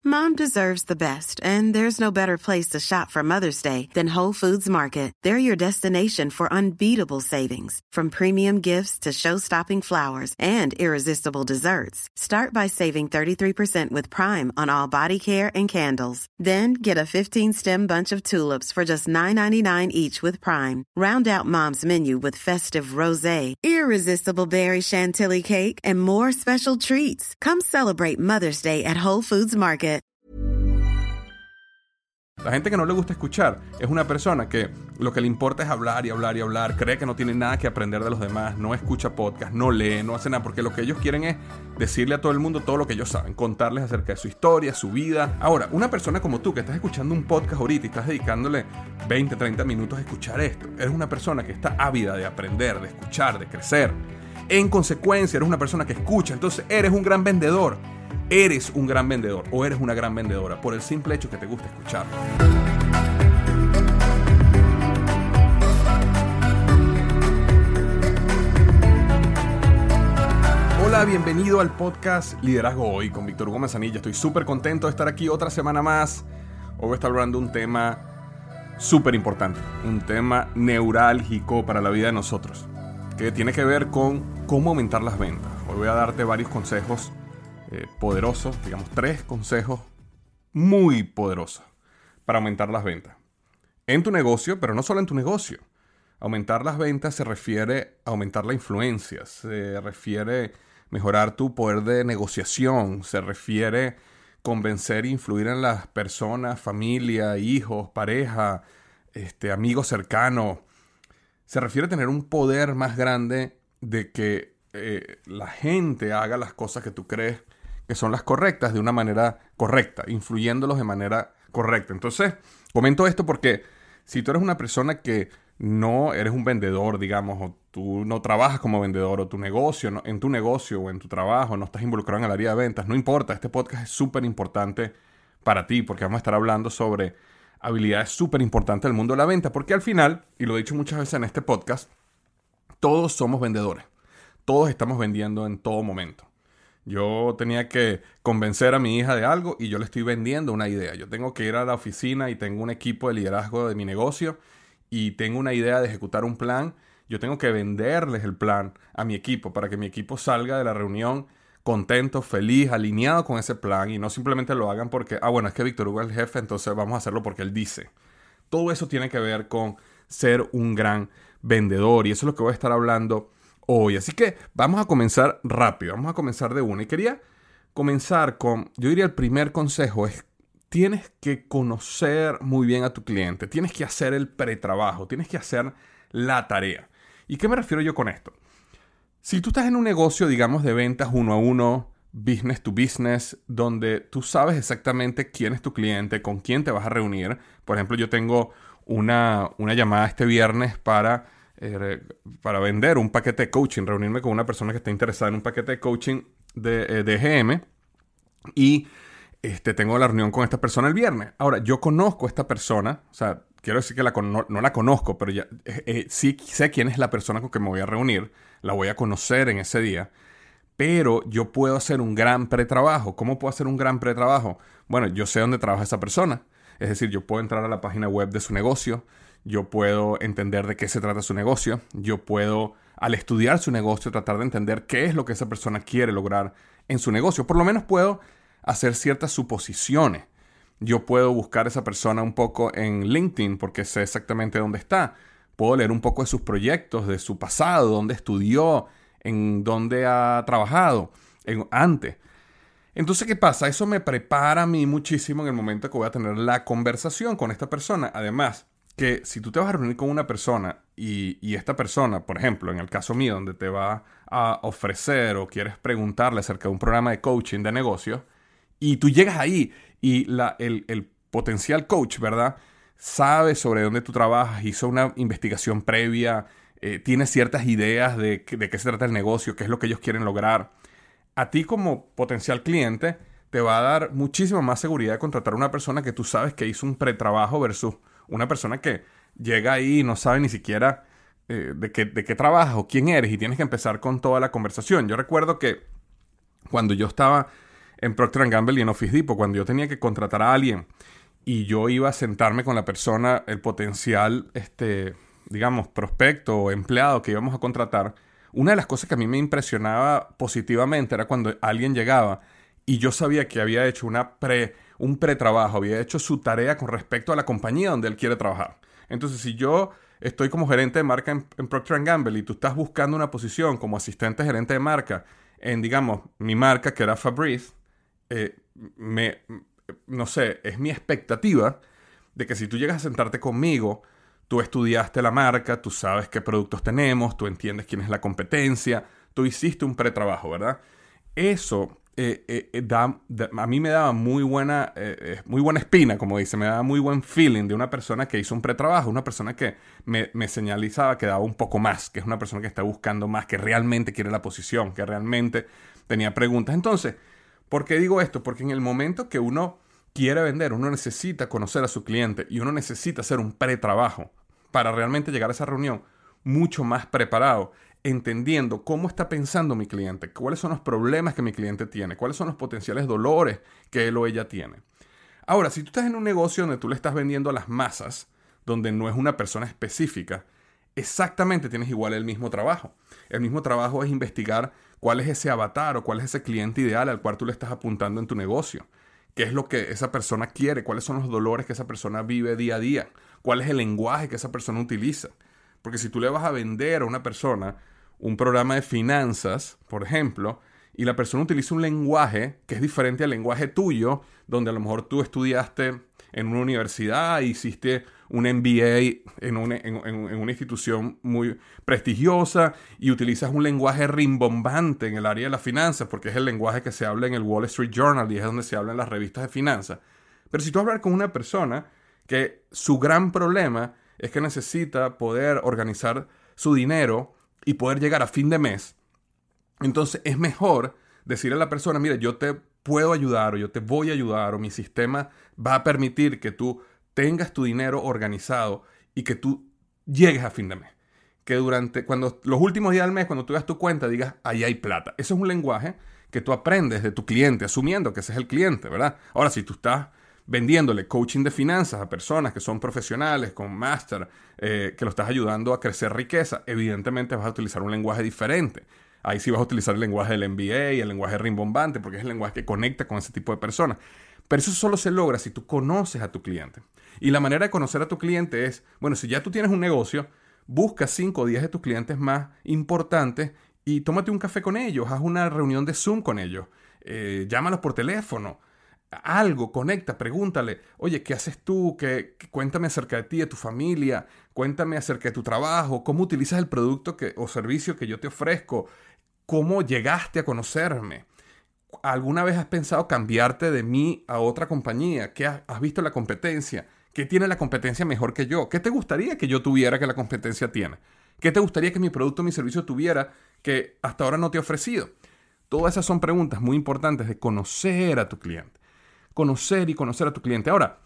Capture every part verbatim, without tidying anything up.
Mom deserves the best, and there's no better place to shop for Mother's Day than Whole Foods Market. They're your destination for unbeatable savings, from premium gifts to show-stopping flowers and irresistible desserts. Start by saving thirty-three percent with Prime on all body care and candles. Then get a fifteen-stem bunch of tulips for just nine ninety-nine each with Prime. Round out Mom's menu with festive rosé, irresistible berry chantilly cake, and more special treats. Come celebrate Mother's Day at Whole Foods Market. La gente que no le gusta escuchar es una persona que lo que le importa es hablar y hablar y hablar, cree que no tiene nada que aprender de los demás, no escucha podcast, no lee, no hace nada, porque lo que ellos quieren es decirle a todo el mundo todo lo que ellos saben, contarles acerca de su historia, su vida. Ahora, una persona como tú que estás escuchando un podcast ahorita y estás dedicándole veinte, treinta minutos a escuchar esto, eres una persona que está ávida de aprender, de escuchar, de crecer. En consecuencia, eres una persona que escucha, entonces eres un gran vendedor. Eres un gran vendedor o eres una gran vendedora por el simple hecho que te gusta escuchar. Hola, bienvenido al podcast Liderazgo Hoy con Víctor Hugo Manzanilla. Estoy súper contento de estar aquí otra semana más. Hoy voy a estar hablando de un tema súper importante, un tema neurálgico para la vida de nosotros, que tiene que ver con cómo aumentar las ventas. Hoy voy a darte varios consejos Eh, poderosos, digamos tres consejos muy poderosos para aumentar las ventas en tu negocio, pero no solo en tu negocio. Aumentar las ventas se refiere a aumentar la influencia, se refiere a mejorar tu poder de negociación, se refiere a convencer e influir en las personas, familia, hijos, pareja, este, amigos cercanos. Se refiere a tener un poder más grande de que eh, la gente haga las cosas que tú crees que son las correctas de una manera correcta, influyéndolos de manera correcta. Entonces, comento esto porque si tú eres una persona que no eres un vendedor, digamos, o tú no trabajas como vendedor, o tu negocio, no, en tu negocio o en tu trabajo no estás involucrado en el área de ventas, no importa, este podcast es súper importante para ti porque vamos a estar hablando sobre habilidades súper importantes del mundo de la venta, porque al final, y lo he dicho muchas veces en este podcast, todos somos vendedores, todos estamos vendiendo en todo momento. Yo tenía que convencer a mi hija de algo y yo le estoy vendiendo una idea. Yo tengo que ir a la oficina y tengo un equipo de liderazgo de mi negocio y tengo una idea de ejecutar un plan. Yo tengo que venderles el plan a mi equipo para que mi equipo salga de la reunión contento, feliz, alineado con ese plan y no simplemente lo hagan porque, ah, bueno, es que Víctor Hugo es el jefe, entonces vamos a hacerlo porque él dice. Todo eso tiene que ver con ser un gran vendedor y eso es lo que voy a estar hablando hoy. Así que vamos a comenzar rápido, vamos a comenzar de una. Y quería comenzar con, yo diría el primer consejo es, tienes que conocer muy bien a tu cliente, tienes que hacer el pretrabajo, tienes que hacer la tarea. ¿Y qué me refiero yo con esto? Si tú estás en un negocio, digamos, de ventas uno a uno, business to business, donde tú sabes exactamente quién es tu cliente, con quién te vas a reunir. Por ejemplo, yo tengo una, una llamada este viernes para... Eh, para vender un paquete de coaching, reunirme con una persona que esté interesada en un paquete de coaching de, eh, de G M y este, tengo la reunión con esta persona el viernes. Ahora, yo conozco a esta persona, o sea, quiero decir que la con- no, no la conozco, pero ya eh, eh, sí sé quién es la persona con que me voy a reunir, la voy a conocer en ese día, pero yo puedo hacer un gran pretrabajo. ¿Cómo puedo hacer un gran pretrabajo? Bueno, yo sé dónde trabaja esa persona, es decir, yo puedo entrar a la página web de su negocio, yo puedo entender de qué se trata su negocio. Yo puedo, al estudiar su negocio, tratar de entender qué es lo que esa persona quiere lograr en su negocio. Por lo menos puedo hacer ciertas suposiciones. Yo puedo buscar a esa persona un poco en LinkedIn porque sé exactamente dónde está. Puedo leer un poco de sus proyectos, de su pasado, dónde estudió, en dónde ha trabajado en, antes. Entonces, ¿qué pasa? Eso me prepara a mí muchísimo en el momento que voy a tener la conversación con esta persona. Además, que si tú te vas a reunir con una persona y, y esta persona, por ejemplo, en el caso mío, donde te va a ofrecer o quieres preguntarle acerca de un programa de coaching de negocio, y tú llegas ahí y la, el, el potencial coach, ¿verdad?, sabe sobre dónde tú trabajas, hizo una investigación previa, eh, tiene ciertas ideas de, de qué se trata el negocio, qué es lo que ellos quieren lograr. A ti como potencial cliente te va a dar muchísima más seguridad de contratar a una persona que tú sabes que hizo un pretrabajo versus una persona que llega ahí y no sabe ni siquiera eh, de, qué, de qué trabajas o quién eres y tienes que empezar con toda la conversación. Yo recuerdo que cuando yo estaba en Procter and Gamble y en Office Depot, cuando yo tenía que contratar a alguien y yo iba a sentarme con la persona, el potencial, este, digamos, prospecto o empleado que íbamos a contratar, una de las cosas que a mí me impresionaba positivamente era cuando alguien llegaba y yo sabía que había hecho una pre, un pretrabajo, había hecho su tarea con respecto a la compañía donde él quiere trabajar. Entonces, si yo estoy como gerente de marca en, en Procter and Gamble y tú estás buscando una posición como asistente gerente de marca en, digamos, mi marca, que era Febreze, eh, me, no sé, es mi expectativa de que si tú llegas a sentarte conmigo, tú estudiaste la marca, tú sabes qué productos tenemos, tú entiendes quién es la competencia, tú hiciste un pretrabajo, ¿verdad? Eso eh, eh, da, da, a mí me daba muy buena, eh, muy buena espina, como dice, me daba muy buen feeling de una persona que hizo un pretrabajo, una persona que me, me señalizaba que daba un poco más, que es una persona que está buscando más, que realmente quiere la posición, que realmente tenía preguntas. Entonces, ¿por qué digo esto? Porque en el momento que uno quiere vender, uno necesita conocer a su cliente y uno necesita hacer un pretrabajo para realmente llegar a esa reunión mucho más preparado, entendiendo cómo está pensando mi cliente, cuáles son los problemas que mi cliente tiene, cuáles son los potenciales dolores que él o ella tiene. Ahora, si tú estás en un negocio donde tú le estás vendiendo a las masas, donde no es una persona específica, exactamente tienes igual el mismo trabajo. El mismo trabajo es investigar cuál es ese avatar o cuál es ese cliente ideal al cual tú le estás apuntando en tu negocio. ¿Qué es lo que esa persona quiere? ¿Cuáles son los dolores que esa persona vive día a día? ¿Cuál es el lenguaje que esa persona utiliza? Porque si tú le vas a vender a una persona un programa de finanzas, por ejemplo, y la persona utiliza un lenguaje que es diferente al lenguaje tuyo, donde a lo mejor tú estudiaste en una universidad, hiciste un M B A en una, en, en, en una institución muy prestigiosa y utilizas un lenguaje rimbombante en el área de las finanzas, porque es el lenguaje que se habla en el Wall Street Journal y es donde se habla en las revistas de finanzas. Pero si tú hablas con una persona que su gran problema es que necesita poder organizar su dinero y poder llegar a fin de mes, entonces es mejor decirle a la persona, mira, yo te puedo ayudar o yo te voy a ayudar o mi sistema va a permitir que tú tengas tu dinero organizado y que tú llegues a fin de mes. Que durante cuando los últimos días del mes, cuando tú veas tu cuenta, digas, ahí hay plata. Eso es un lenguaje que tú aprendes de tu cliente, asumiendo que ese es el cliente, ¿verdad? Ahora, si tú estás vendiéndole coaching de finanzas a personas que son profesionales, con máster, eh, que lo estás ayudando a crecer riqueza, evidentemente vas a utilizar un lenguaje diferente. Ahí sí vas a utilizar el lenguaje del M B A y el lenguaje rimbombante, porque es el lenguaje que conecta con ese tipo de personas. Pero eso solo se logra si tú conoces a tu cliente. Y la manera de conocer a tu cliente es, bueno, si ya tú tienes un negocio, busca cinco o diez de tus clientes más importantes y tómate un café con ellos, haz una reunión de Zoom con ellos, eh, llámalos por teléfono, algo, conecta, pregúntale, oye, ¿qué haces tú? ¿Qué, qué, cuéntame acerca de ti, de tu familia, cuéntame acerca de tu trabajo, cómo utilizas el producto que, o servicio que yo te ofrezco, cómo llegaste a conocerme. ¿Alguna vez has pensado cambiarte de mí a otra compañía? ¿Qué has, has visto la competencia? ¿Qué tiene la competencia mejor que yo? ¿Qué te gustaría que yo tuviera que la competencia tiene? ¿Qué te gustaría que mi producto o mi servicio tuviera que hasta ahora no te he ofrecido? Todas esas son preguntas muy importantes de conocer a tu cliente. Conocer y conocer a tu cliente. Ahora,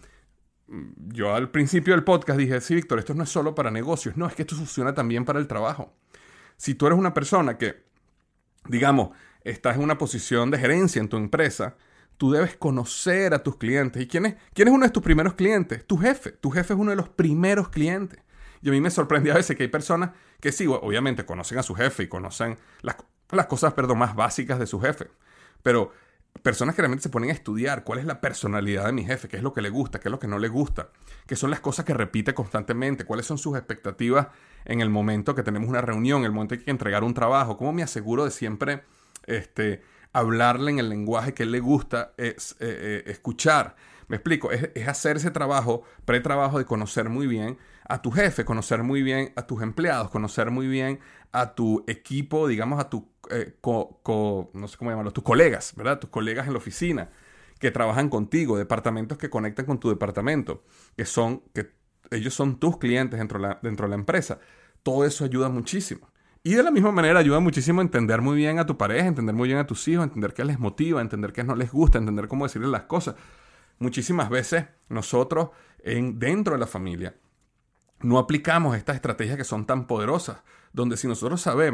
yo al principio del podcast dije, sí, Víctor, esto no es solo para negocios. No, es que esto funciona también para el trabajo. Si tú eres una persona que, digamos, estás en una posición de gerencia en tu empresa, tú debes conocer a tus clientes. ¿Y quién es, quién es uno de tus primeros clientes? Tu jefe. Tu jefe es uno de los primeros clientes. Y a mí me sorprende a veces que hay personas que sí, obviamente conocen a su jefe y conocen las, las cosas, perdón, más básicas de su jefe. Pero personas que realmente se ponen a estudiar cuál es la personalidad de mi jefe, qué es lo que le gusta, qué es lo que no le gusta, qué son las cosas que repite constantemente, cuáles son sus expectativas en el momento que tenemos una reunión, en el momento que hay que entregar un trabajo, cómo me aseguro de siempre este, hablarle en el lenguaje que él le gusta es, eh, eh, escuchar. Me explico, es, es hacer ese trabajo, pretrabajo de conocer muy bien a tu jefe, conocer muy bien a tus empleados, conocer muy bien a tu equipo, digamos a tu, eh, co, co, no sé cómo llamarlo, tus colegas, ¿verdad? Tus colegas en la oficina que trabajan contigo, departamentos que conectan con tu departamento, que son, que ellos son tus clientes dentro de la, dentro de la empresa. Todo eso ayuda muchísimo. Y de la misma manera ayuda muchísimo a entender muy bien a tu pareja, entender muy bien a tus hijos, entender qué les motiva, entender qué no les gusta, entender cómo decirles las cosas. Muchísimas veces nosotros en, dentro de la familia no aplicamos estas estrategias que son tan poderosas, donde si nosotros sabemos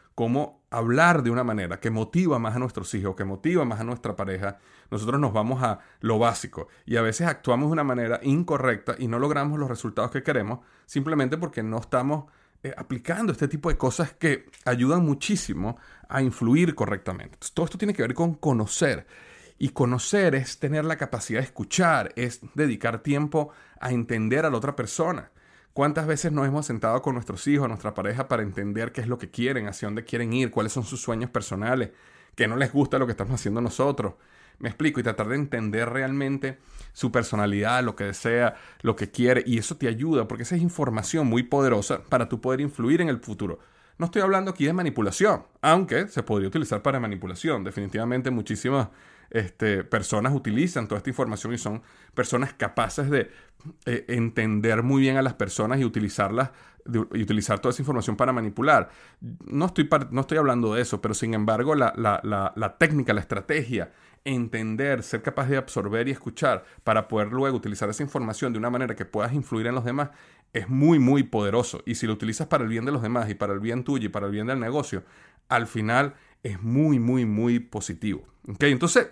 cómo hablar de una manera que motiva más a nuestros hijos, que motiva más a nuestra pareja, nosotros nos vamos a lo básico y a veces actuamos de una manera incorrecta y no logramos los resultados que queremos simplemente porque no estamos eh, aplicando este tipo de cosas que ayudan muchísimo a influir correctamente. Entonces, todo esto tiene que ver con conocer. Y conocer es tener la capacidad de escuchar, es dedicar tiempo a entender a la otra persona. ¿Cuántas veces nos hemos sentado con nuestros hijos, nuestra pareja, para entender qué es lo que quieren, hacia dónde quieren ir, cuáles son sus sueños personales, qué no les gusta lo que estamos haciendo nosotros? Me explico, y tratar de entender realmente su personalidad, lo que desea, lo que quiere, y eso te ayuda, porque esa es información muy poderosa para tú poder influir en el futuro. No estoy hablando aquí de manipulación, aunque se podría utilizar para manipulación. Definitivamente muchísimas este, personas utilizan toda esta información y son personas capaces de eh, entender muy bien a las personas y utilizarlas de, y utilizar toda esa información para manipular. No estoy, par, no estoy hablando de eso, pero sin embargo la, la, la, la técnica, la estrategia, entender, ser capaz de absorber y escuchar para poder luego utilizar esa información de una manera que puedas influir en los demás es muy, muy poderoso. Y si lo utilizas para el bien de los demás y para el bien tuyo y para el bien del negocio, al final es muy, muy, muy positivo. ¿Okay? Entonces,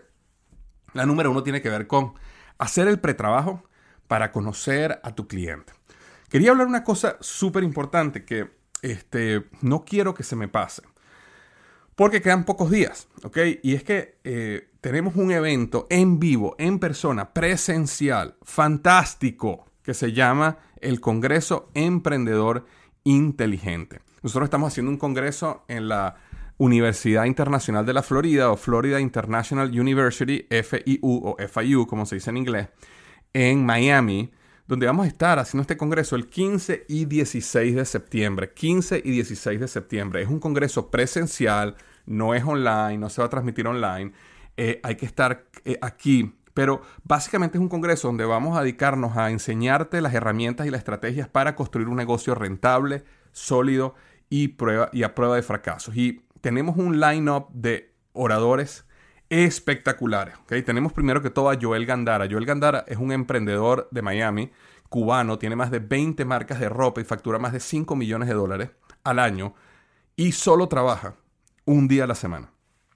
la número uno tiene que ver con hacer el pretrabajo para conocer a tu cliente. Quería hablar una cosa súper importante que este, no quiero que se me pase. Porque quedan pocos días, ¿ok? Y es que eh, tenemos un evento en vivo, en persona, presencial, fantástico, que se llama el Congreso Emprendedor Inteligente. Nosotros estamos haciendo un congreso en la Universidad Internacional de la Florida, o Florida International University, F I U o F I U, como se dice en inglés, en Miami, donde vamos a estar haciendo este congreso el quince y dieciséis de septiembre. quince y dieciséis de septiembre. Es un congreso presencial, no es online, no se va a transmitir online. Eh, hay que estar eh, aquí. Pero básicamente es un congreso donde vamos a dedicarnos a enseñarte las herramientas y las estrategias para construir un negocio rentable, sólido y, prueba, y a prueba de fracasos. Y tenemos un line-up de oradores espectaculares. ¿Okay? Tenemos primero que todo a Joel Gandara. Joel Gandara es un emprendedor de Miami, cubano, tiene más de veinte marcas de ropa y factura más de cinco millones de dólares al año y solo trabaja un día a la semana.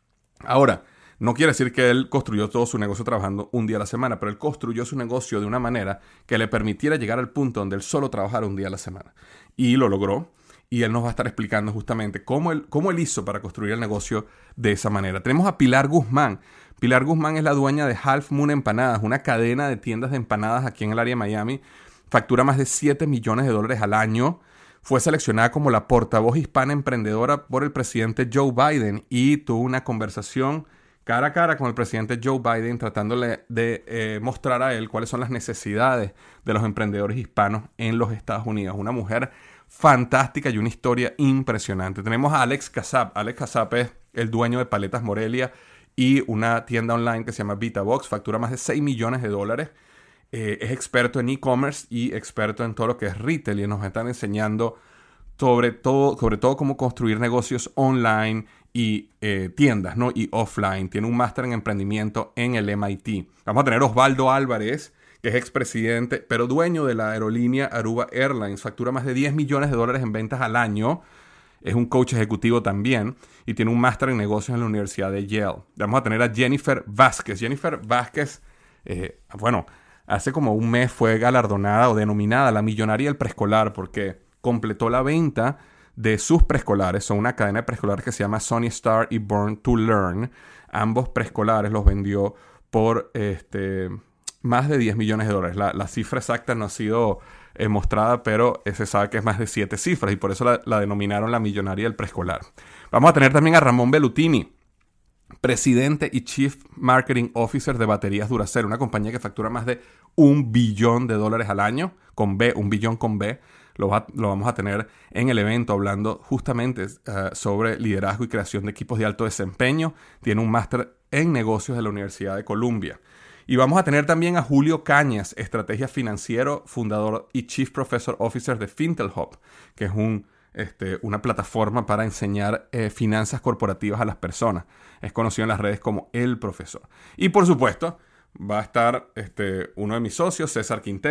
Ahora, no quiere decir que él construyó todo su negocio trabajando un día a la semana, pero él construyó su negocio de una manera que le permitiera llegar al punto donde él solo trabajara un día a la semana. Y lo logró. Y él nos va a estar explicando justamente cómo él, cómo él hizo para construir el negocio de esa manera. Tenemos a Pilar Guzmán. Pilar Guzmán es la dueña de Half Moon Empanadas, una cadena de tiendas de empanadas aquí en el área de Miami. Factura más de siete millones de dólares al año. Fue seleccionada como la portavoz hispana emprendedora por el presidente Joe Biden y tuvo una conversación cara a cara con el presidente Joe Biden tratándole de eh, mostrar a él cuáles son las necesidades de los emprendedores hispanos en los Estados Unidos. Una mujer fantástica y una historia impresionante. Tenemos a Alex Casap. Alex Casap es el dueño de Paletas Morelia y una tienda online que se llama VitaBox. Factura más de seis millones de dólares. Eh, es experto en e-commerce y experto en todo lo que es retail y nos están enseñando sobre todo, sobre todo cómo construir negocios online y eh, tiendas, ¿no? Y offline. Tiene un máster en emprendimiento en el M I T. Vamos a tener a Osvaldo Álvarez, que es expresidente, pero dueño de la aerolínea Aruba Airlines. Factura más de diez millones de dólares en ventas al año. Es un coach ejecutivo también y tiene un máster en negocios en la Universidad de Yale. Vamos a tener a Jennifer Vázquez. Jennifer Vázquez, eh, bueno, hace como un mes fue galardonada o denominada la millonaria del preescolar porque completó la venta de sus preescolares. Son una cadena de preescolares que se llama Sonny Star y Born to Learn. Ambos preescolares los vendió por este, más de diez millones de dólares. La, la cifra exacta no ha sido eh, mostrada, pero se sabe que es más de siete cifras y por eso la, la denominaron la millonaria del preescolar. Vamos a tener también a Ramón Bellutini, presidente y Chief Marketing Officer de Baterías Duracell, una compañía que factura más de un billón de dólares al año, con B, un billón con B. Lo, va, lo vamos a tener en el evento hablando justamente uh, sobre liderazgo y creación de equipos de alto desempeño. Tiene un máster en negocios de la Universidad de Columbia. Y vamos a tener también a Julio Cañas, estrategia financiero, fundador y Chief Professor Officer de FintelHub, que es un, este, una plataforma para enseñar eh, finanzas corporativas a las personas. Es conocido en las redes como El Profesor. Y por supuesto, va a estar este, uno de mis socios, César Quintero,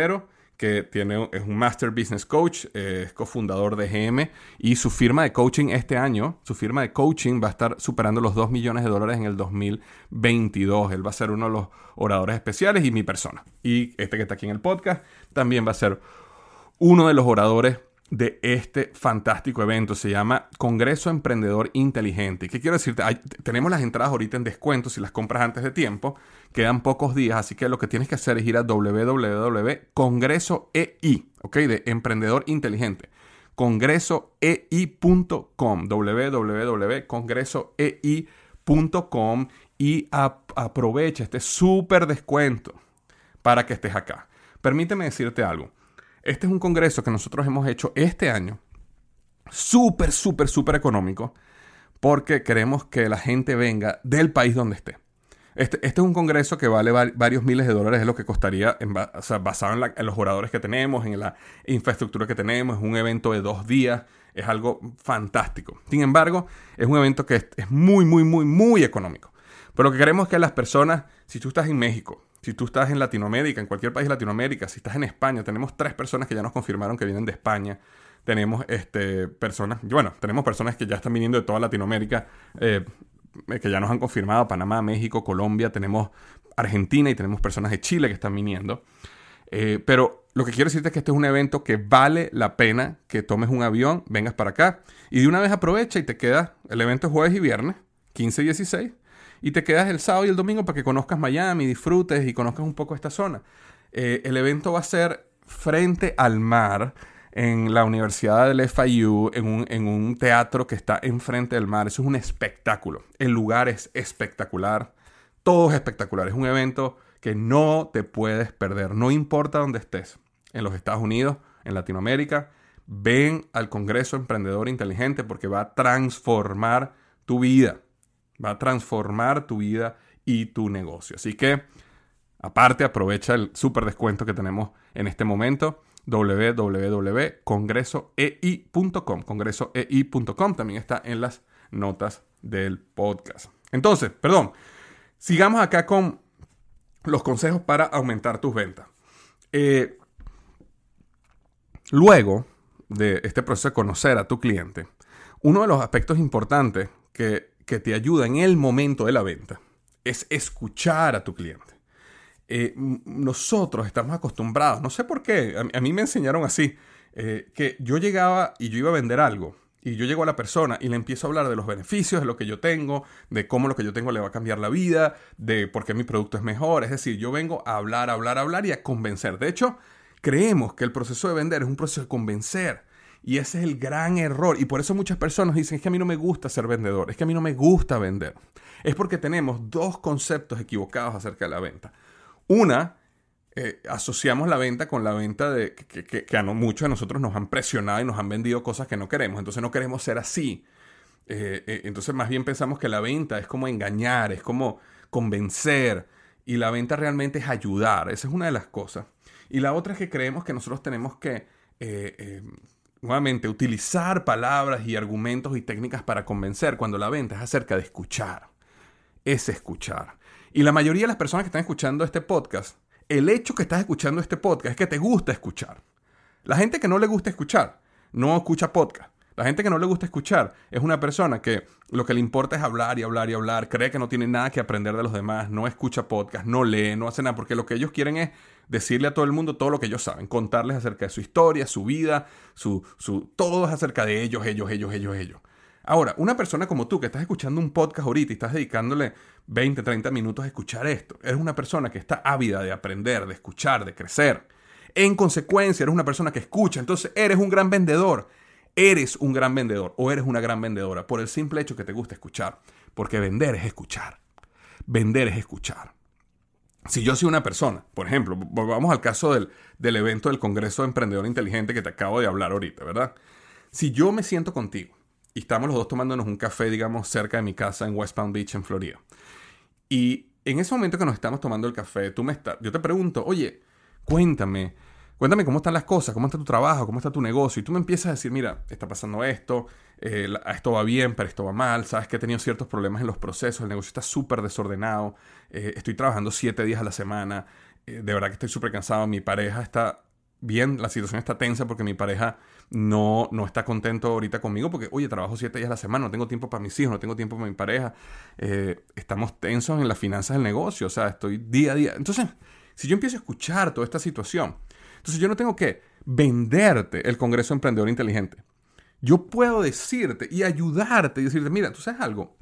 que tiene, es un Master Business Coach, eh, es cofundador de G M y su firma de coaching este año, su firma de coaching va a estar superando los dos millones de dólares en el dos mil veintidós. Él va a ser uno de los oradores especiales y mi persona. Y este que está aquí en el podcast también va a ser uno de los oradores de este fantástico evento. Se llama Congreso Emprendedor Inteligente. ¿Qué quiero decirte? Hay, tenemos las entradas ahorita en descuento si las compras antes de tiempo. Quedan pocos días, así que lo que tienes que hacer es ir a doble u doble u doble u punto congreso e i, ¿ok? De Emprendedor Inteligente. congreso e i punto com, doble u doble u doble u punto congreso e i punto com y a, aprovecha este súper descuento para que estés acá. Permíteme decirte algo. Este es un congreso que nosotros hemos hecho este año, súper, súper, súper económico, porque queremos que la gente venga del país donde esté. Este, este es un congreso que vale va- varios miles de dólares, es lo que costaría, en ba- o sea, basado en, la, en los oradores que tenemos, en la infraestructura que tenemos. Es un evento de dos días, es algo fantástico. Sin embargo, es un evento que es, es muy, muy, muy, muy económico. Pero lo que queremos es que las personas, si tú estás en México, si tú estás en Latinoamérica, en cualquier país de Latinoamérica, si estás en España, tenemos tres personas que ya nos confirmaron que vienen de España. Tenemos este, personas, bueno, tenemos personas que ya están viniendo de toda Latinoamérica, eh, que ya nos han confirmado, Panamá, México, Colombia, tenemos Argentina y tenemos personas de Chile que están viniendo. Eh, pero lo que quiero decirte es que este es un evento que vale la pena que tomes un avión, vengas para acá y de una vez aprovecha y te quedas. El evento es jueves y viernes, quince y dieciséis. Y te quedas el sábado y el domingo para que conozcas Miami, disfrutes y conozcas un poco esta zona. Eh, el evento va a ser frente al mar en la Universidad del F I U, en un, en un teatro que está enfrente del mar. Eso es un espectáculo. El lugar es espectacular. Todo es espectacular. Es un evento que no te puedes perder. No importa dónde estés. En los Estados Unidos, en Latinoamérica. Ven al Congreso Emprendedor Inteligente porque va a transformar tu vida. Va a transformar tu vida y tu negocio. Así que, aparte, aprovecha el súper descuento que tenemos en este momento. doble u doble u doble u punto congreso e i punto com. congreso e i punto com también está en las notas del podcast. Entonces, perdón, sigamos acá con los consejos para aumentar tus ventas. Eh, luego de este proceso de conocer a tu cliente, uno de los aspectos importantes que que te ayuda en el momento de la venta es escuchar a tu cliente. Eh, nosotros estamos acostumbrados, no sé por qué, a, a mí me enseñaron así, eh, que yo llegaba y yo iba a vender algo y yo llego a la persona y le empiezo a hablar de los beneficios, de lo que yo tengo, de cómo lo que yo tengo le va a cambiar la vida, de por qué mi producto es mejor. Es decir, yo vengo a hablar, a hablar, a hablar y a convencer. De hecho, creemos que el proceso de vender es un proceso de convencer. Y ese es el gran error. Y por eso muchas personas dicen, es que a mí no me gusta ser vendedor, es que a mí no me gusta vender. Es porque tenemos dos conceptos equivocados acerca de la venta. Una, eh, asociamos la venta con la venta de que, que, que a no, muchos de nosotros nos han presionado y nos han vendido cosas que no queremos. Entonces no queremos ser así. Eh, eh, entonces más bien pensamos que la venta es como engañar, es como convencer. Y la venta realmente es ayudar. Esa es una de las cosas. Y la otra es que creemos que nosotros tenemos que... Eh, eh, Nuevamente, utilizar palabras y argumentos y técnicas para convencer cuando la venta es acerca de escuchar. Es escuchar. Y la mayoría de las personas que están escuchando este podcast, el hecho que estás escuchando este podcast es que te gusta escuchar. La gente que no le gusta escuchar, no escucha podcast. La gente que no le gusta escuchar es una persona que lo que le importa es hablar y hablar y hablar, cree que no tiene nada que aprender de los demás, no escucha podcast, no lee, no hace nada, porque lo que ellos quieren es decirle a todo el mundo todo lo que ellos saben, contarles acerca de su historia, su vida, su, su, todo es acerca de ellos, ellos, ellos, ellos, ellos. Ahora, una persona como tú que estás escuchando un podcast ahorita y estás dedicándole veinte, treinta minutos a escuchar esto, eres una persona que está ávida de aprender, de escuchar, de crecer. En consecuencia, eres una persona que escucha, entonces eres un gran vendedor. Eres un gran vendedor o eres una gran vendedora por el simple hecho que te gusta escuchar. Porque vender es escuchar. Vender es escuchar. Si yo soy una persona, por ejemplo, volvamos al caso del, del evento del Congreso de Emprendedor Inteligente que te acabo de hablar ahorita, ¿verdad? Si yo me siento contigo y estamos los dos tomándonos un café, digamos, cerca de mi casa en West Palm Beach, en Florida, y en ese momento que nos estamos tomando el café, tú me estás, yo te pregunto, oye, cuéntame, Cuéntame cómo están las cosas, cómo está tu trabajo, cómo está tu negocio. Y tú me empiezas a decir, mira, está pasando esto, eh, esto va bien, pero esto va mal. Sabes que he tenido ciertos problemas en los procesos, el negocio está súper desordenado, eh, estoy trabajando siete días a la semana, eh, de verdad que estoy súper cansado, mi pareja está bien, la situación está tensa porque mi pareja no, no está contento ahorita conmigo porque, oye, trabajo siete días a la semana, no tengo tiempo para mis hijos, no tengo tiempo para mi pareja, eh, estamos tensos en las finanzas del negocio, o sea, estoy día a día. Entonces, si yo empiezo a escuchar toda esta situación, entonces yo no tengo que venderte el Congreso Emprendedor Inteligente. Yo puedo decirte y ayudarte y decirte, mira, ¿tú sabes algo?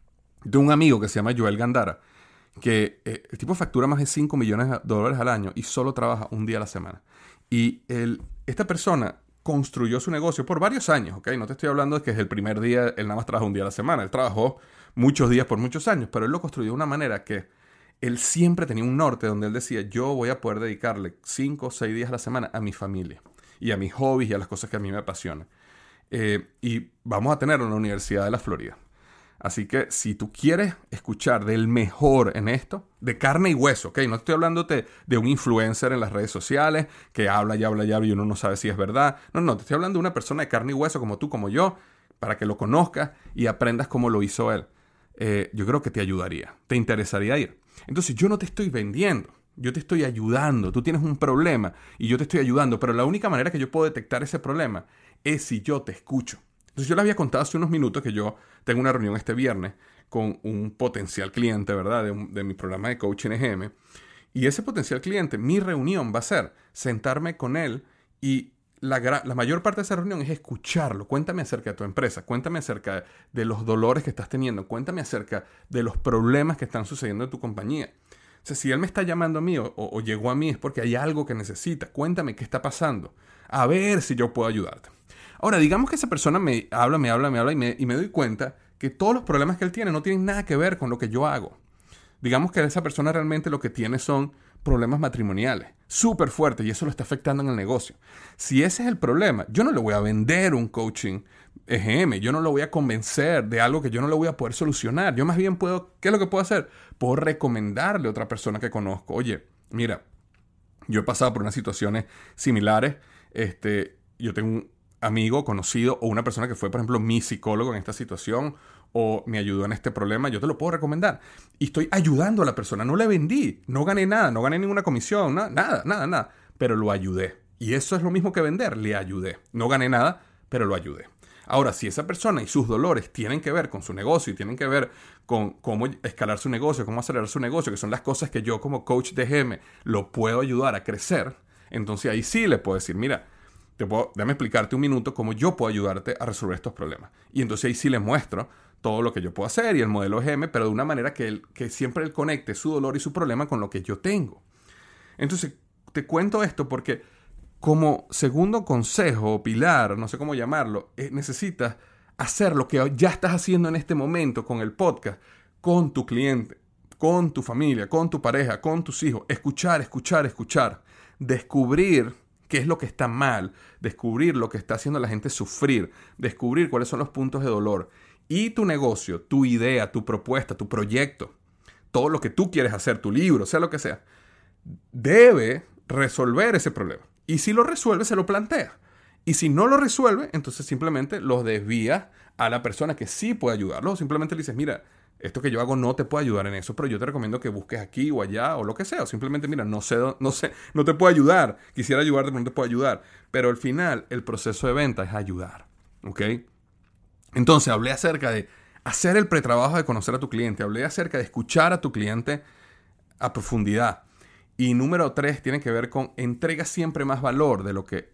De un amigo que se llama Joel Gandara, que eh, el tipo factura más de cinco millones de dólares al año y solo trabaja un día a la semana. Y el, esta persona construyó su negocio por varios años, ¿ok? No te estoy hablando de que desde el primer día él nada más trabaja un día a la semana. Él trabajó muchos días por muchos años, pero él lo construyó de una manera que él siempre tenía un norte donde él decía, yo voy a poder dedicarle cinco o seis días a la semana a mi familia y a mis hobbies y a las cosas que a mí me apasionan. Eh, y vamos a tenerlo en la Universidad de la Florida. Así que si tú quieres escuchar del mejor en esto, de carne y hueso, ¿ok? No estoy hablándote de un influencer en las redes sociales que habla y habla y habla y uno no sabe si es verdad. No, no, te estoy hablando de una persona de carne y hueso como tú, como yo, para que lo conozcas y aprendas cómo lo hizo él. Eh, yo creo que te ayudaría, te interesaría ir. Entonces yo no te estoy vendiendo, yo te estoy ayudando. Tú tienes un problema y yo te estoy ayudando, pero la única manera que yo puedo detectar ese problema es si yo te escucho. Entonces yo le había contado hace unos minutos que yo tengo una reunión este viernes con un potencial cliente, ¿verdad? De, un, de mi programa de coaching E G M. Y ese potencial cliente, mi reunión va a ser sentarme con él y la, la mayor parte de esa reunión es escucharlo. Cuéntame acerca de tu empresa, cuéntame acerca de los dolores que estás teniendo, cuéntame acerca de los problemas que están sucediendo en tu compañía. O sea, si él me está llamando a mí o, o llegó a mí es porque hay algo que necesita. Cuéntame qué está pasando. A ver si yo puedo ayudarte. Ahora, digamos que esa persona me habla, me habla, me habla y me, y me doy cuenta que todos los problemas que él tiene no tienen nada que ver con lo que yo hago. Digamos que esa persona realmente lo que tiene son problemas matrimoniales súper fuertes y eso lo está afectando en el negocio. Si ese es el problema, yo no le voy a vender un coaching E G M, yo no lo voy a convencer de algo que yo no le voy a poder solucionar. Yo más bien puedo, ¿qué es lo que puedo hacer? Puedo recomendarle a otra persona que conozco. Oye, mira, yo he pasado por unas situaciones similares. Este, yo tengo un amigo, conocido o una persona que fue, por ejemplo, mi psicólogo en esta situación o me ayudó en este problema, yo te lo puedo recomendar. Y estoy ayudando a la persona. No le vendí, no gané nada, no gané ninguna comisión, nada, nada, nada, nada. Pero lo ayudé. Y eso es lo mismo que vender, le ayudé. No gané nada, pero lo ayudé. Ahora, si esa persona y sus dolores tienen que ver con su negocio y tienen que ver con cómo escalar su negocio, cómo acelerar su negocio, que son las cosas que yo como coach de E G M lo puedo ayudar a crecer, entonces ahí sí le puedo decir, mira, Te puedo, déjame explicarte un minuto cómo yo puedo ayudarte a resolver estos problemas. Y entonces ahí sí le muestro todo lo que yo puedo hacer y el modelo E G M, pero de una manera que, él, que siempre él conecte su dolor y su problema con lo que yo tengo. Entonces, te cuento esto porque como segundo consejo o pilar, no sé cómo llamarlo, eh, necesitas hacer lo que ya estás haciendo en este momento con el podcast, con tu cliente, con tu familia, con tu pareja, con tus hijos. Escuchar, escuchar, escuchar. Descubrir qué es lo que está mal, descubrir lo que está haciendo a la gente sufrir, descubrir cuáles son los puntos de dolor. Y tu negocio, tu idea, tu propuesta, tu proyecto, todo lo que tú quieres hacer, tu libro, sea lo que sea, debe resolver ese problema. Y si lo resuelve, se lo plantea. Y si no lo resuelve, entonces simplemente los desvía a la persona que sí puede ayudarlo. O simplemente le dices, mira, esto que yo hago no te puede ayudar en eso, pero yo te recomiendo que busques aquí o allá o lo que sea. O simplemente, mira, no sé, no sé, no te puedo ayudar. Quisiera ayudarte, pero no te puedo ayudar. Pero al final, el proceso de venta es ayudar. ¿Ok? Entonces, hablé acerca de hacer el pretrabajo de conocer a tu cliente. Hablé acerca de escuchar a tu cliente a profundidad. Y número tres tiene que ver con entrega siempre más valor de lo que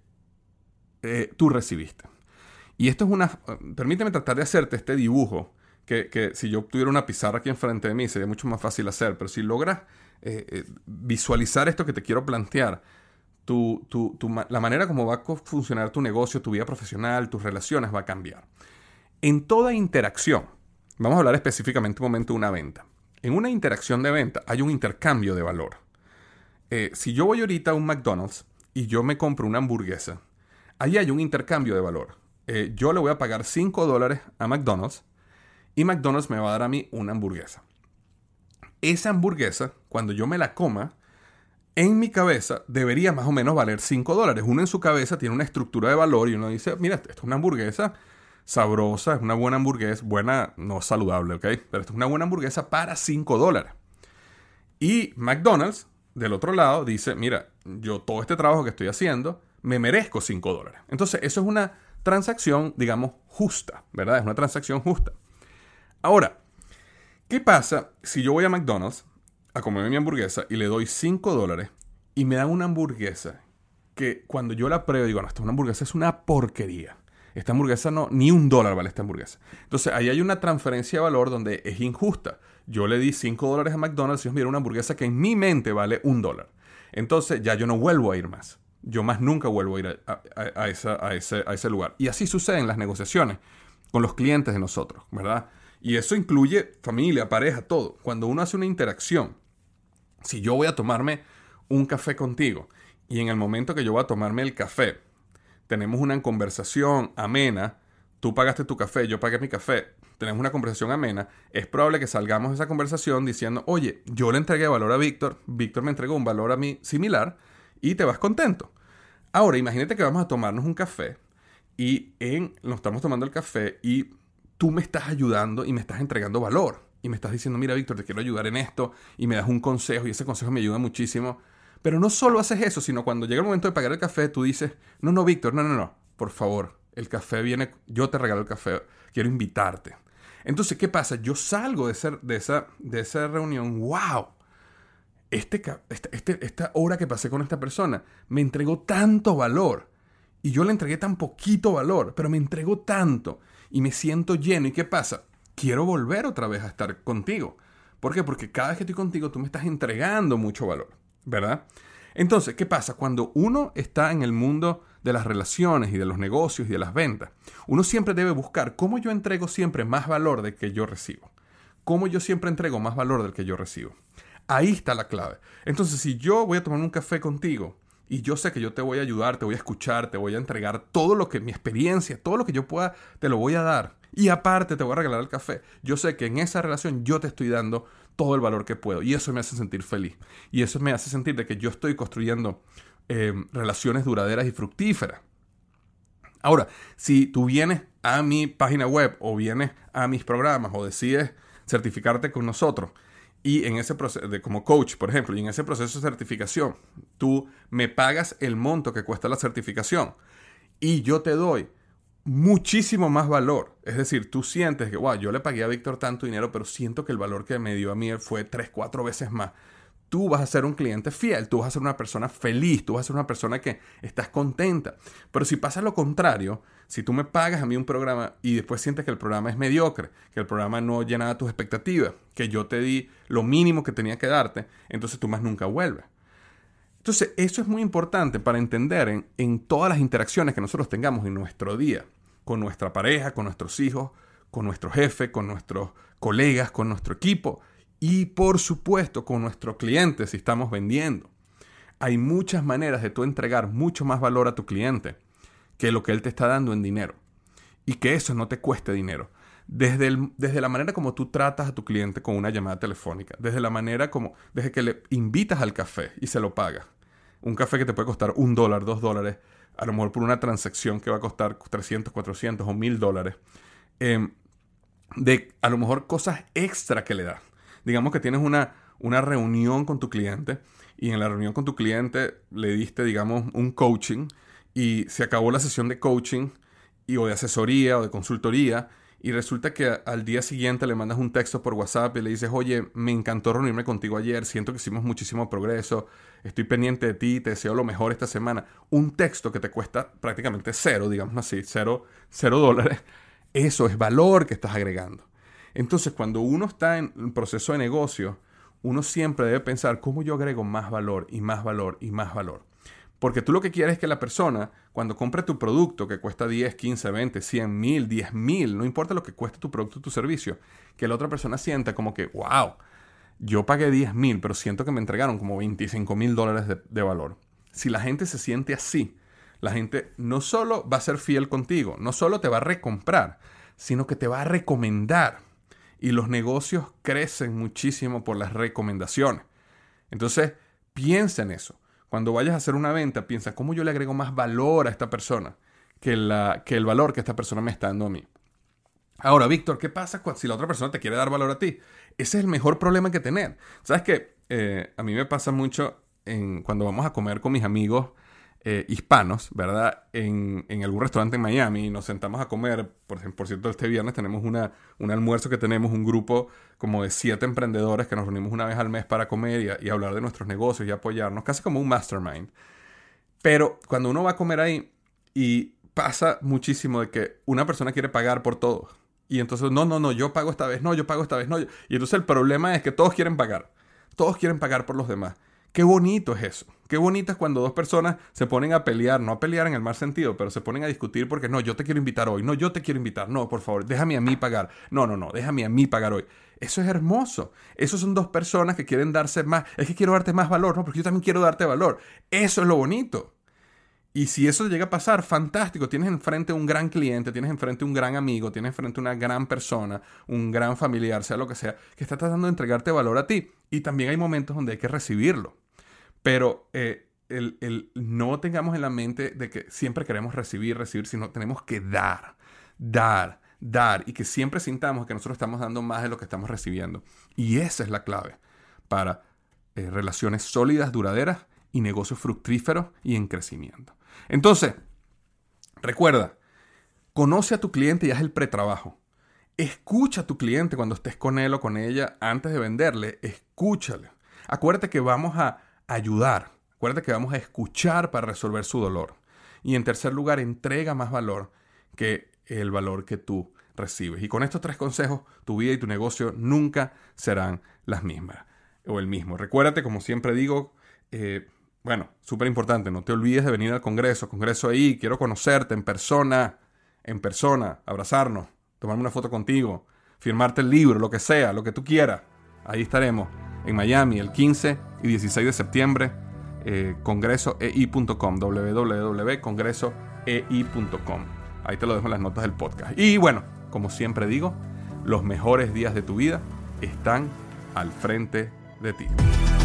eh, tú recibiste. Y esto es una... Permíteme tratar de hacerte este dibujo que, que si yo tuviera una pizarra aquí enfrente de mí sería mucho más fácil hacer. Pero si logras eh, eh, visualizar esto que te quiero plantear, tu, tu, tu, la manera como va a funcionar tu negocio, tu vida profesional, tus relaciones va a cambiar. En toda interacción, vamos a hablar específicamente un momento de una venta. En una interacción de venta hay un intercambio de valor. Eh, si yo voy ahorita a un McDonald's y yo me compro una hamburguesa, ahí hay un intercambio de valor. Eh, yo le voy a pagar cinco dólares a McDonald's y McDonald's me va a dar a mí una hamburguesa. Esa hamburguesa, cuando yo me la coma, en mi cabeza debería más o menos valer cinco dólares. Uno en su cabeza tiene una estructura de valor y uno dice, mira, esto es una hamburguesa sabrosa, es una buena hamburguesa, buena, no saludable, ¿ok? Pero esto es una buena hamburguesa para cinco dólares. Y McDonald's del otro lado dice, mira, yo todo este trabajo que estoy haciendo, me merezco cinco dólares. Entonces, eso es una transacción, digamos, justa, ¿verdad? Es una transacción justa. Ahora, ¿qué pasa si yo voy a McDonald's a comerme mi hamburguesa y le doy cinco dólares y me dan una hamburguesa que cuando yo la pruebo digo, no, esta una hamburguesa es una porquería? Esta hamburguesa no, ni un dólar vale esta hamburguesa. Entonces, ahí hay una transferencia de valor donde es injusta. Yo le di cinco dólares a McDonald's y ellos me dieron una hamburguesa que en mi mente vale un dólar. Entonces, ya yo no vuelvo a ir más. Yo más nunca vuelvo a ir a, a, a, esa, a, ese, a ese lugar. Y así sucede en las negociaciones con los clientes de nosotros, ¿verdad? Y eso incluye familia, pareja, todo. Cuando uno hace una interacción, si yo voy a tomarme un café contigo y en el momento que yo voy a tomarme el café, tenemos una conversación amena, tú pagaste tu café, yo pagué mi café, tenemos una conversación amena, es probable que salgamos de esa conversación diciendo, oye, yo le entregué valor a Víctor, Víctor me entregó un valor a mí similar y te vas contento. Ahora, imagínate que vamos a tomarnos un café y en, nos estamos tomando el café y tú me estás ayudando y me estás entregando valor. Y me estás diciendo, mira, Víctor, te quiero ayudar en esto y me das un consejo y ese consejo me ayuda muchísimo. Pero no solo haces eso, sino cuando llega el momento de pagar el café, tú dices, no, no, Víctor, no, no, no, por favor, el café viene, yo te regalo el café, quiero invitarte. Entonces, ¿qué pasa? Yo salgo de, ser, de, esa, de esa reunión, wow, este, este, este, esta hora que pasé con esta persona me entregó tanto valor y yo le entregué tan poquito valor, pero me entregó tanto y me siento lleno. ¿Y qué pasa? Quiero volver otra vez a estar contigo. ¿Por qué? Porque cada vez que estoy contigo tú me estás entregando mucho valor, ¿verdad? Entonces, ¿qué pasa? Cuando uno está en el mundo de las relaciones y de los negocios y de las ventas, uno siempre debe buscar cómo yo entrego siempre más valor del que yo recibo. Cómo yo siempre entrego más valor del que yo recibo. Ahí está la clave. Entonces, si yo voy a tomar un café contigo y yo sé que yo te voy a ayudar, te voy a escuchar, te voy a entregar todo lo que, mi experiencia, todo lo que yo pueda, te lo voy a dar. Y aparte te voy a regalar el café. Yo sé que en esa relación yo te estoy dando todo el valor que puedo. Y eso me hace sentir feliz. Y eso me hace sentir de que yo estoy construyendo eh, relaciones duraderas y fructíferas. Ahora, si tú vienes a mi página web o vienes a mis programas o decides certificarte con nosotros y en ese proceso, de, como coach, por ejemplo, y en ese proceso de certificación, tú me pagas el monto que cuesta la certificación y yo te doy muchísimo más valor. Es decir, tú sientes que, wow, yo le pagué a Víctor tanto dinero, pero siento que el valor que me dio a mí fue tres, cuatro veces más. Tú vas a ser un cliente fiel, tú vas a ser una persona feliz, tú vas a ser una persona que estás contenta. Pero si pasa lo contrario, si tú me pagas a mí un programa y después sientes que el programa es mediocre, que el programa no llenaba tus expectativas, que yo te di lo mínimo que tenía que darte, entonces tú más nunca vuelves. Entonces, eso es muy importante para entender en, en todas las interacciones que nosotros tengamos en nuestro día, con nuestra pareja, con nuestros hijos, con nuestro jefe, con nuestros colegas, con nuestro equipo y, por supuesto, con nuestro cliente si estamos vendiendo. Hay muchas maneras de tú entregar mucho más valor a tu cliente que lo que él te está dando en dinero y que eso no te cueste dinero. Desde, el, desde la manera como tú tratas a tu cliente con una llamada telefónica, desde la manera como, desde que le invitas al café y se lo pagas. Un café que te puede costar un dólar, dos dólares, a lo mejor por una transacción que va a costar trescientos, cuatrocientos o mil dólares. Eh, de a lo mejor cosas extra que le das. Digamos que tienes una, una reunión con tu cliente y en la reunión con tu cliente le diste, digamos, un coaching y se acabó la sesión de coaching y, o de asesoría o de consultoría. Y resulta que al día siguiente le mandas un texto por WhatsApp y le dices, oye, me encantó reunirme contigo ayer, siento que hicimos muchísimo progreso, estoy pendiente de ti, te deseo lo mejor esta semana. Un texto que te cuesta prácticamente cero, digamos así, cero, cero dólares. Eso es valor que estás agregando. Entonces, cuando uno está en un proceso de negocio, uno siempre debe pensar cómo yo agrego más valor y más valor y más valor. Porque tú lo que quieres es que la persona, cuando compre tu producto que cuesta diez, quince, veinte, cien mil, diez mil, no importa lo que cueste tu producto o tu servicio, que la otra persona sienta como que, wow, yo pagué diez mil, pero siento que me entregaron como veinticinco mil dólares de, de valor. Si la gente se siente así, la gente no solo va a ser fiel contigo, no solo te va a recomprar, sino que te va a recomendar. Y los negocios crecen muchísimo por las recomendaciones. Entonces, piensa en eso. Cuando vayas a hacer una venta, piensa cómo yo le agrego más valor a esta persona que, la, que el valor que esta persona me está dando a mí. Ahora, Víctor, ¿qué pasa si la otra persona te quiere dar valor a ti? Ese es el mejor problema que tener. ¿Sabes qué? Eh, a mí me pasa mucho en, cuando vamos a comer con mis amigos eh, hispanos, ¿verdad? En, en algún restaurante en Miami y nos sentamos a comer. Por, por cierto, este viernes tenemos una, un almuerzo que tenemos, un grupo como de siete emprendedores que nos reunimos una vez al mes para comer y, y hablar de nuestros negocios y apoyarnos, casi como un mastermind. Pero cuando uno va a comer ahí y pasa muchísimo de que una persona quiere pagar por todo. Y entonces, no, no, no, yo pago esta vez, no, yo pago esta vez, no. Yo... Y entonces el problema es que todos quieren pagar. Todos quieren pagar por los demás. Qué bonito es eso. Qué bonito es cuando dos personas se ponen a pelear, no a pelear en el mal sentido, pero se ponen a discutir porque no, yo te quiero invitar hoy, no, yo te quiero invitar, no, por favor, déjame a mí pagar. No, no, no, déjame a mí pagar hoy. Eso es hermoso. Esos son dos personas que quieren darse más. Es que quiero darte más valor, no, porque yo también quiero darte valor. Eso es lo bonito. Y si eso llega a pasar, fantástico. Tienes enfrente un gran cliente, tienes enfrente un gran amigo, tienes enfrente una gran persona, un gran familiar, sea lo que sea, que está tratando de entregarte valor a ti. Y también hay momentos donde hay que recibirlo. Pero eh, el, el, no tengamos en la mente de que siempre queremos recibir, recibir, sino tenemos que dar, dar, dar. Y que siempre sintamos que nosotros estamos dando más de lo que estamos recibiendo. Y esa es la clave para eh, relaciones sólidas, duraderas y negocios fructíferos y en crecimiento. Entonces, recuerda, conoce a tu cliente y haz el pretrabajo. Escucha a tu cliente cuando estés con él o con ella antes de venderle. Escúchale. Acuérdate que vamos a ayudar. Acuérdate que vamos a escuchar para resolver su dolor. Y en tercer lugar, entrega más valor que el valor que tú recibes. Y con estos tres consejos, tu vida y tu negocio nunca serán las mismas o el mismo. Recuérdate, como siempre digo, eh, bueno, súper importante, no te olvides de venir al Congreso. Congreso ahí, quiero conocerte en persona, en persona, abrazarnos, tomarme una foto contigo, firmarte el libro, lo que sea, lo que tú quieras. Ahí estaremos en Miami el quince y dieciséis de septiembre, eh, congreso e i punto com, w w w punto congreso e i punto com. Ahí te lo dejo en las notas del podcast. Y bueno, como siempre digo, los mejores días de tu vida están al frente de ti.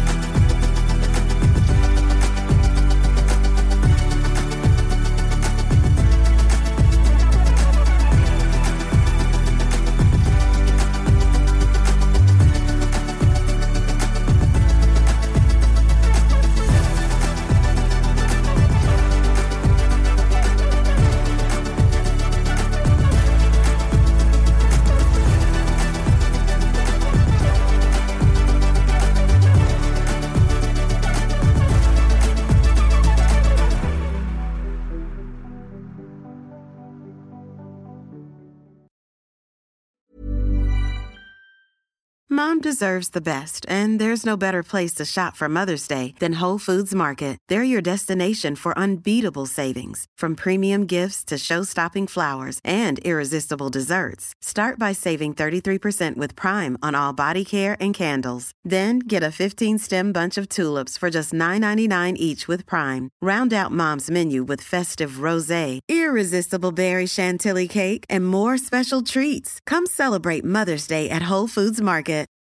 Mom deserves the best, and there's no better place to shop for Mother's Day than Whole Foods Market. They're your destination for unbeatable savings, from premium gifts to show-stopping flowers and irresistible desserts. Start by saving thirty-three percent with Prime on all body care and candles. Then get a fifteen-stem bunch of tulips for just nine ninety-nine each with Prime. Round out Mom's menu with festive rosé, irresistible berry chantilly cake, and more special treats. Come celebrate Mother's Day at Whole Foods Market.